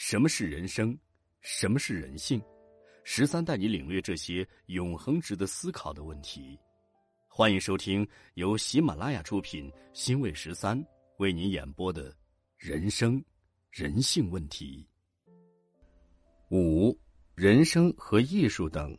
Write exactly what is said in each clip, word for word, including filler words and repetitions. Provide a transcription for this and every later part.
什么是人生？什么是人性？十三带你领略这些永恒值得思考的问题。欢迎收听由喜马拉雅出品，新卫十三为您演播的《人生人性问题》。五、人生和艺术等。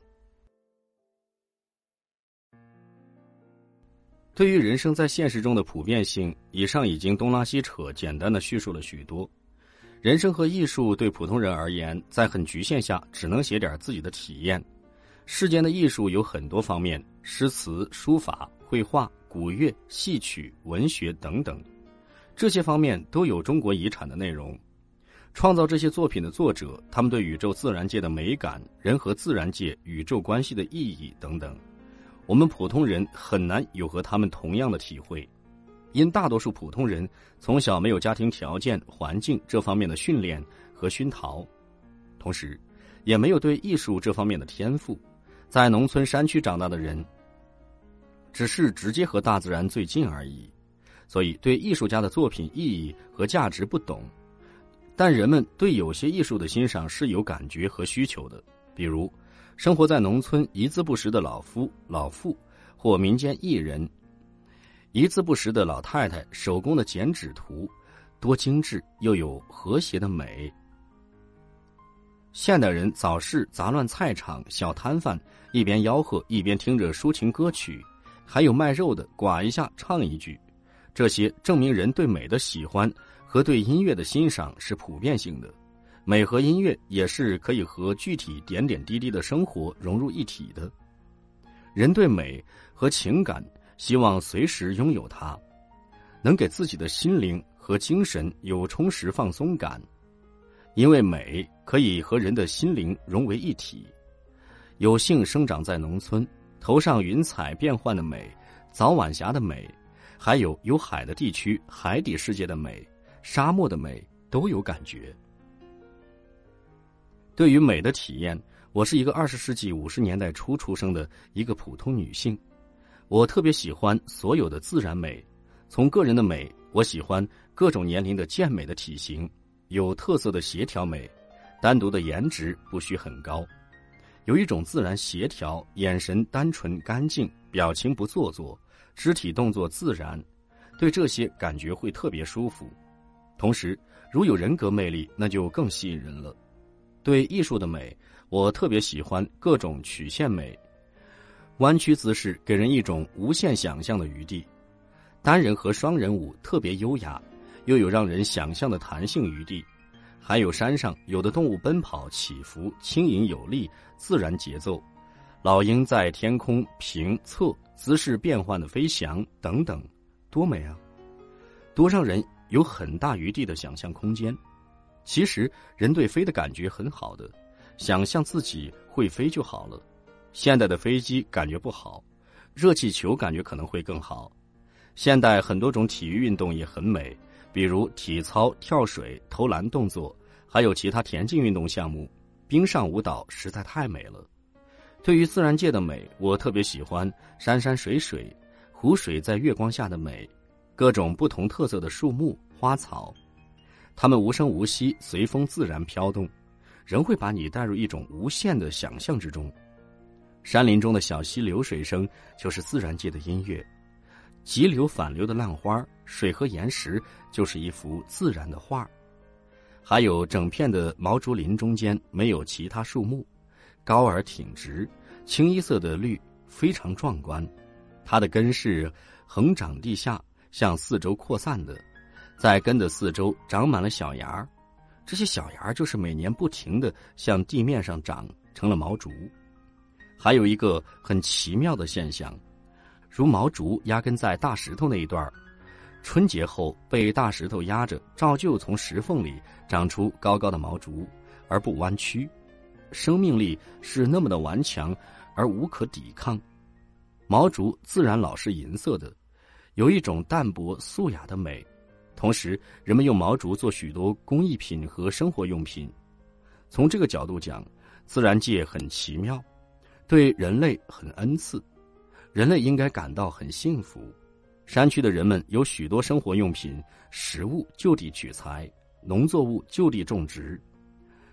对于人生在现实中的普遍性，以上已经东拉西扯，简单的叙述了许多。人生和艺术对普通人而言，在很局限下，只能写点自己的体验。世间的艺术有很多方面，诗词、书法、绘画、古乐、戏曲、文学等等，这些方面都有中国遗产的内容。创造这些作品的作者，他们对宇宙自然界的美感、人和自然界、宇宙关系的意义等等，我们普通人很难有和他们同样的体会。因大多数普通人从小没有家庭条件、环境这方面的训练和熏陶，同时也没有对艺术这方面的天赋。在农村山区长大的人，只是直接和大自然最近而已，所以对艺术家的作品意义和价值不懂。但人们对有些艺术的欣赏是有感觉和需求的，比如生活在农村一字不识的老夫老妇，或民间艺人一字不识的老太太手工的剪纸图，多精致又有和谐的美。现代人早市杂乱菜场小摊贩一边吆喝一边听着抒情歌曲，还有卖肉的刮一下唱一句，这些证明人对美的喜欢和对音乐的欣赏是普遍性的。美和音乐也是可以和具体点点滴滴的生活融入一体的。人对美和情感希望随时拥有它，能给自己的心灵和精神有充实放松感，因为美可以和人的心灵融为一体。有幸生长在农村，头上云彩变幻的美，早晚霞的美，还有有海的地区海底世界的美，沙漠的美都有感觉。对于美的体验，我是一个二十世纪五十年代初出生的一个普通女性。我特别喜欢所有的自然美，从个人的美，我喜欢各种年龄的健美的体型，有特色的协调美，单独的颜值不需很高，有一种自然协调，眼神单纯干净，表情不做作，肢体动作自然，对这些感觉会特别舒服。同时如有人格魅力，那就更吸引人了。对艺术的美，我特别喜欢各种曲线美，弯曲姿势给人一种无限想象的余地，单人和双人舞特别优雅，又有让人想象的弹性余地。还有山上有的动物奔跑起伏，轻盈有力，自然节奏，老鹰在天空平侧姿势变换的飞翔等等，多美啊，多让人有很大余地的想象空间。其实人对飞的感觉很好的，想象自己会飞就好了。现代的飞机感觉不好，热气球感觉可能会更好。现代很多种体育运动也很美，比如体操、跳水、投篮动作，还有其他田径运动项目，冰上舞蹈实在太美了。对于自然界的美，我特别喜欢山山水水，湖水在月光下的美，各种不同特色的树木花草，它们无声无息，随风自然飘动，人会把你带入一种无限的想象之中。山林中的小溪流水声就是自然界的音乐，急流反流的浪花，水和岩石就是一幅自然的画。还有整片的毛竹林中间没有其他树木，高而挺直，清一色的绿，非常壮观。它的根是横长地下，向四周扩散的，在根的四周长满了小芽，这些小芽就是每年不停地向地面上长，成了毛竹。还有一个很奇妙的现象，如毛竹压根在大石头那一段，春节后被大石头压着，照旧从石缝里长出高高的毛竹，而不弯曲，生命力是那么的顽强而无可抵抗。毛竹自然老是银色的，有一种淡泊素雅的美。同时人们用毛竹做许多工艺品和生活用品。从这个角度讲，自然界很奇妙，对人类很恩赐，人类应该感到很幸福。山区的人们有许多生活用品，食物就地取材，农作物就地种植，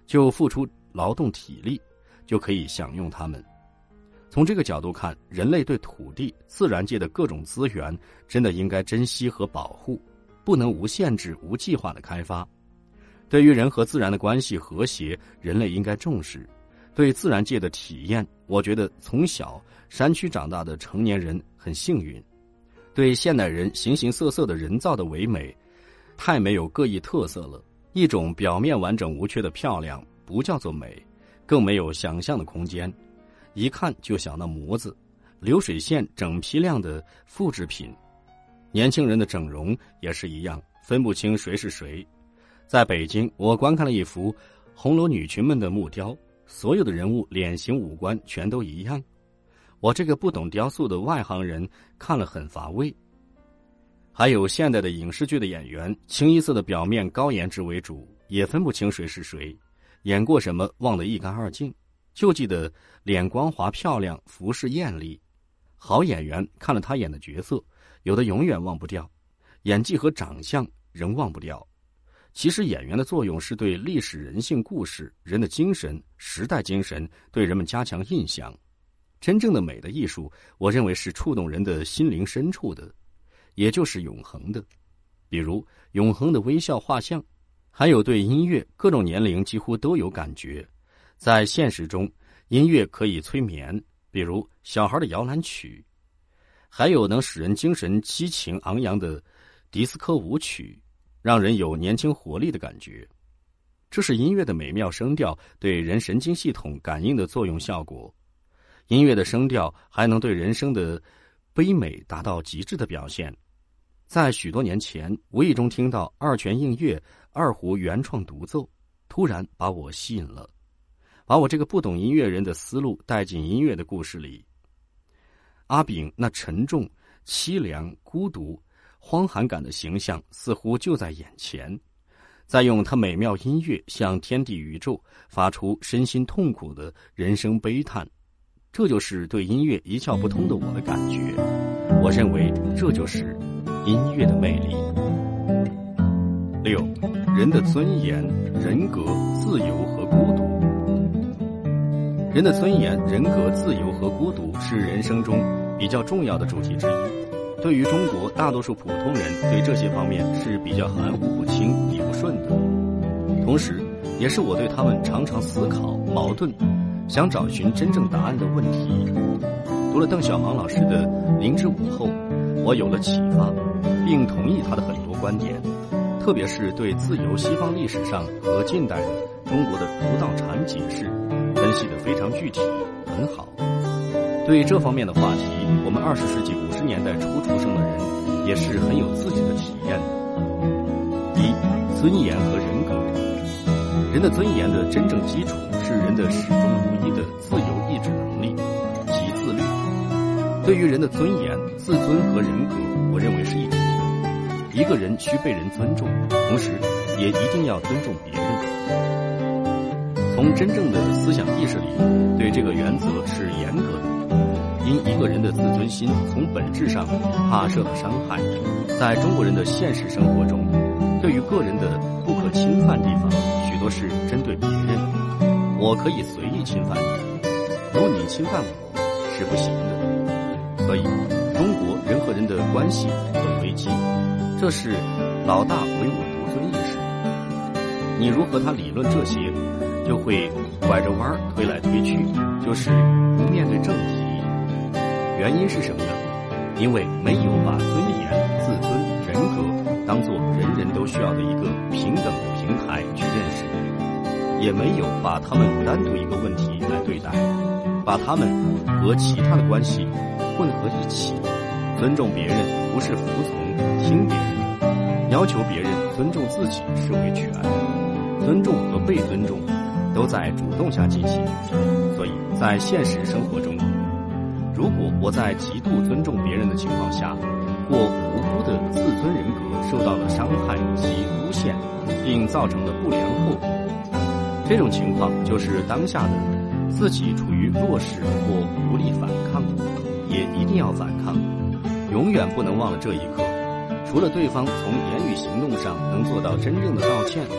就付出劳动体力，就可以享用它们。从这个角度看，人类对土地、自然界的各种资源真的应该珍惜和保护，不能无限制、无计划的开发。对于人和自然的关系和谐，人类应该重视。对自然界的体验，我觉得从小山区长大的成年人很幸运。对现代人形形色色的人造的唯美，太没有各异特色了。一种表面完整无缺的漂亮，不叫做美，更没有想象的空间。一看就想到模子、流水线整批量的复制品。年轻人的整容也是一样，分不清谁是谁。在北京，我观看了一幅红楼女裙们的木雕，所有的人物脸型五官全都一样。我这个不懂雕塑的外行人看了很乏味。还有现代的影视剧的演员，清一色的表面高颜值为主，也分不清谁是谁，演过什么忘得一干二净，就记得脸光滑漂亮，服饰艳丽。好演员看了他演的角色，有的永远忘不掉，演技和长相仍忘不掉。其实演员的作用是对历史人性故事、人的精神、时代精神对人们加强印象。真正的美的艺术，我认为是触动人的心灵深处的，也就是永恒的。比如永恒的微笑画像，还有对音乐，各种年龄几乎都有感觉。在现实中，音乐可以催眠，比如小孩的摇篮曲，还有能使人精神激情昂扬的迪斯科舞曲，让人有年轻活力的感觉。这是音乐的美妙声调对人神经系统感应的作用效果。音乐的声调还能对人生的悲美达到极致的表现。在许多年前，无意中听到二泉映月二胡原创独奏，突然把我吸引了，把我这个不懂音乐人的思路带进音乐的故事里。阿炳那沉重、凄凉、孤独、荒寒感的形象似乎就在眼前，再用他美妙音乐向天地宇宙发出身心痛苦的人生悲叹。这就是对音乐一窍不通的我的感觉。我认为这就是音乐的魅力。六，人的尊严、人格、自由和孤独。人的尊严、人格、自由和孤独是人生中比较重要的主题之一。对于中国大多数普通人，对这些方面是比较含糊不清、理不顺的，同时也是我对他们常常思考、矛盾，想找寻真正答案的问题。读了邓小平老师的《灵之午后》，我有了启发，并同意他的很多观点，特别是对自由西方历史上和近代的中国的儒道禅解释分析得非常具体，很好。对这方面的话题，我们二十世纪五十年代初出生的人也是很有自己的体验的。一、尊严和人格。人的尊严的真正基础是人的始终如一的自由意志能力及自律。对于人的尊严、自尊和人格，我认为是一体的。一个人需被人尊重，同时也一定要尊重别人。从真正的思想意识里，对这个原则是严格的。因一个人的自尊心从本质上怕受到伤害，在中国人的现实生活中，对于个人的不可侵犯地方，许多是针对别人。我可以随意侵犯你，如你侵犯我是不行的。所以中国人和人的关系很危机，这是老大唯我独尊意识。你如和他理论这些，就会拐着弯推来推去，就是不面对正题。原因是什么呢？因为没有把尊严、自尊、人格当作人人都需要的一个平等的平台去认识，也没有把他们单独一个问题来对待，把他们和其他的关系混合一起。尊重别人不是服从听别人，要求别人尊重自己是维权。尊重和被尊重都在主动下进行。所以在现实生活中，如果我在极度尊重别人的情况下，或无辜的自尊人格受到了伤害及诬陷，并造成了不良后果，这种情况就是当下的自己处于弱势或无力反抗，也一定要反抗，永远不能忘了这一刻。除了对方从言语行动上能做到真正的道歉，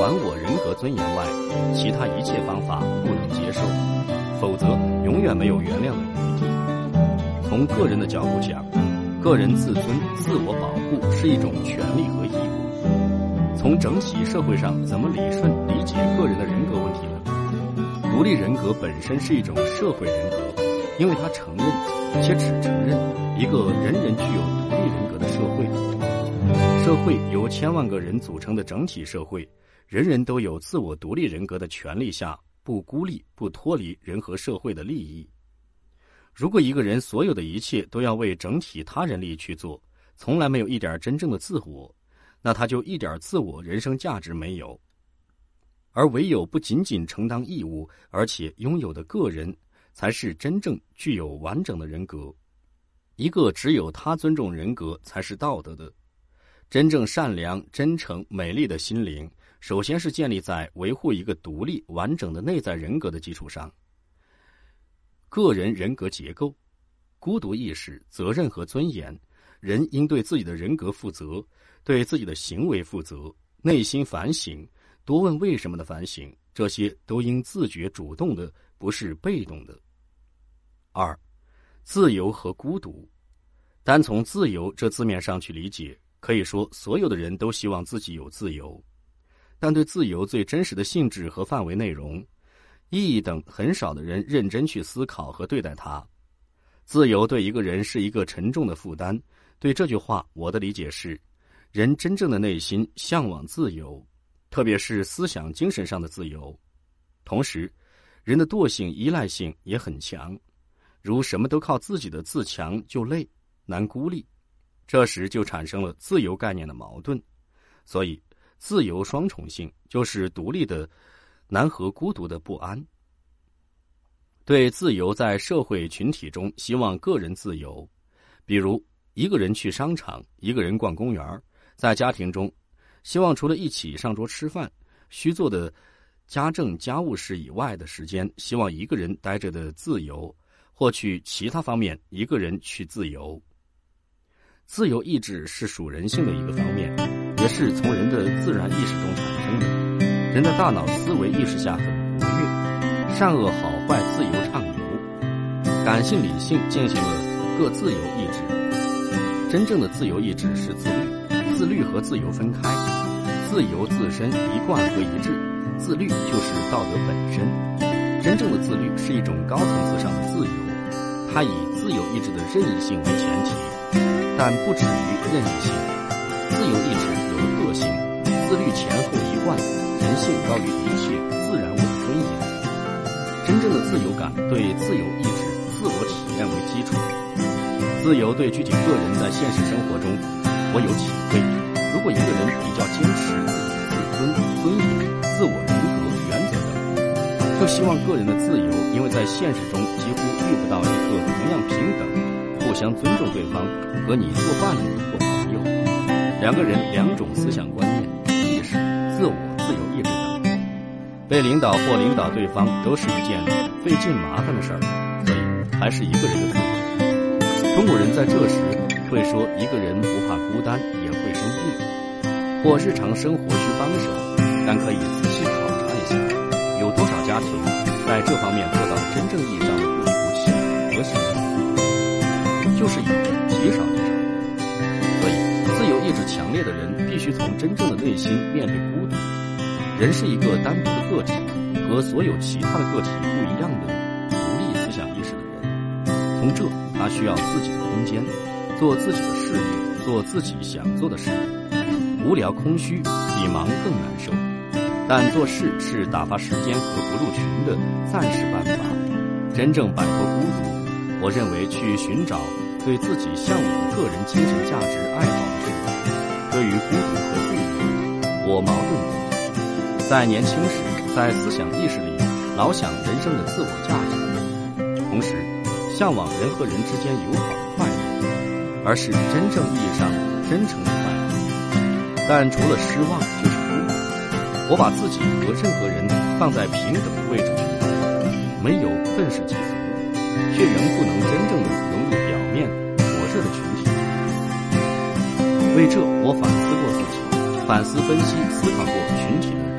还我人格尊严外，其他一切方法不能接受，否则永远没有原谅的余地。从个人的角度讲，个人自尊、自我保护是一种权利和义务。从整体社会上，怎么理顺理解个人的人格问题呢？独立人格本身是一种社会人格，因为它承认且只承认一个人人具有独立人格的社会。社会由千万个人组成的整体社会，人人都有自我独立人格的权利下，不孤立、不脱离人和社会的利益。如果一个人所有的一切都要为整体他人利益去做，从来没有一点真正的自我，那他就一点自我人生价值没有。而唯有不仅仅承担义务，而且拥有的个人，才是真正具有完整的人格。一个只有他尊重人格才是道德的。真正善良、真诚、美丽的心灵，首先是建立在维护一个独立、完整的内在人格的基础上。个人人格结构、孤独意识、责任和尊严，人应对自己的人格负责，对自己的行为负责，内心反省，多问为什么的反省，这些都应自觉主动的，不是被动的。二、自由和孤独。单从自由这字面上去理解，可以说所有的人都希望自己有自由，但对自由最真实的性质和范围内容、意义等，很少的人认真去思考和对待它。自由对一个人是一个沉重的负担。对这句话，我的理解是，人真正的内心向往自由，特别是思想精神上的自由。同时，人的惰性依赖性也很强，如什么都靠自己的自强就累，难孤立，这时就产生了自由概念的矛盾。所以自由双重性就是独立的难和孤独的不安。对自由，在社会群体中希望个人自由，比如一个人去商场，一个人逛公园，在家庭中希望除了一起上桌吃饭需做的家政家务事以外的时间，希望一个人待着的自由，或去其他方面一个人去自由。自由意志是属人性的一个方面，也是从人的自然意识中产生的。人的大脑思维意识下很活跃，善恶好坏自由畅游，感性理性进行了各自由意志。真正的自由意志是自律，自律和自由分开，自由自身一贯和一致，自律就是道德本身。真正的自律是一种高层次上的自由，它以自由意志的任意性为前提，但不止于任意性。自由意志有了个性，自律前后一贯，人性高于一切，自然为尊严。真正的自由感对自由意志、自我体验为基础。自由对具体个人在现实生活中，我有体会。如果一个人比较坚持自己的自尊、尊严、自我人格、原则等，就希望个人的自由，因为在现实中几乎遇不到一个同样平等、互相尊重对方和你做伴侣或朋友。两个人两种思想观念、意识、自我、自由意志等，被领导或领导对方都是一件费劲麻烦的事儿，所以还是一个人的自由。中国人在这时会说，一个人不怕孤单，也会生病，或日常生活需帮手，但可以仔细考察一下，有多少家庭在这方面做到真正意义上的不离不弃和谐相处，就是有极少极少。所以自由意志强烈的人必须从真正的内心面对孤独。人是一个单独的个体，和所有其他的个体不一样的独立思想意识的人。从这他需要自己的空间，做自己的事业，做自己想做的事。无聊空虚比忙更难受，但做事是打发时间和不入群的暂时办法。真正摆脱孤独，我认为去寻找对自己向往的个人精神价值爱好的事。对于孤独和自由，我矛盾的，在年轻时，在思想意识里老想人生的自我价值，同时向往人和人之间友好的快乐，而是真正意义上真诚的快乐。但除了失望就是孤独。我把自己和任何人放在平等的位置去看，没有愤世嫉俗，却仍不能真正的融入表面火热的群体。为这，我反思过自己，反思分析思考过群体的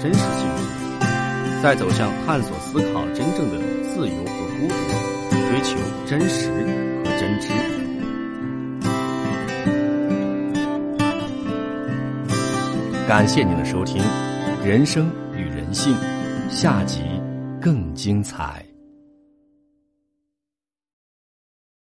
真实性质，再走向探索思考真正的自由和孤独，追求真实和真知。感谢您的收听，人生与人性，下集更精彩。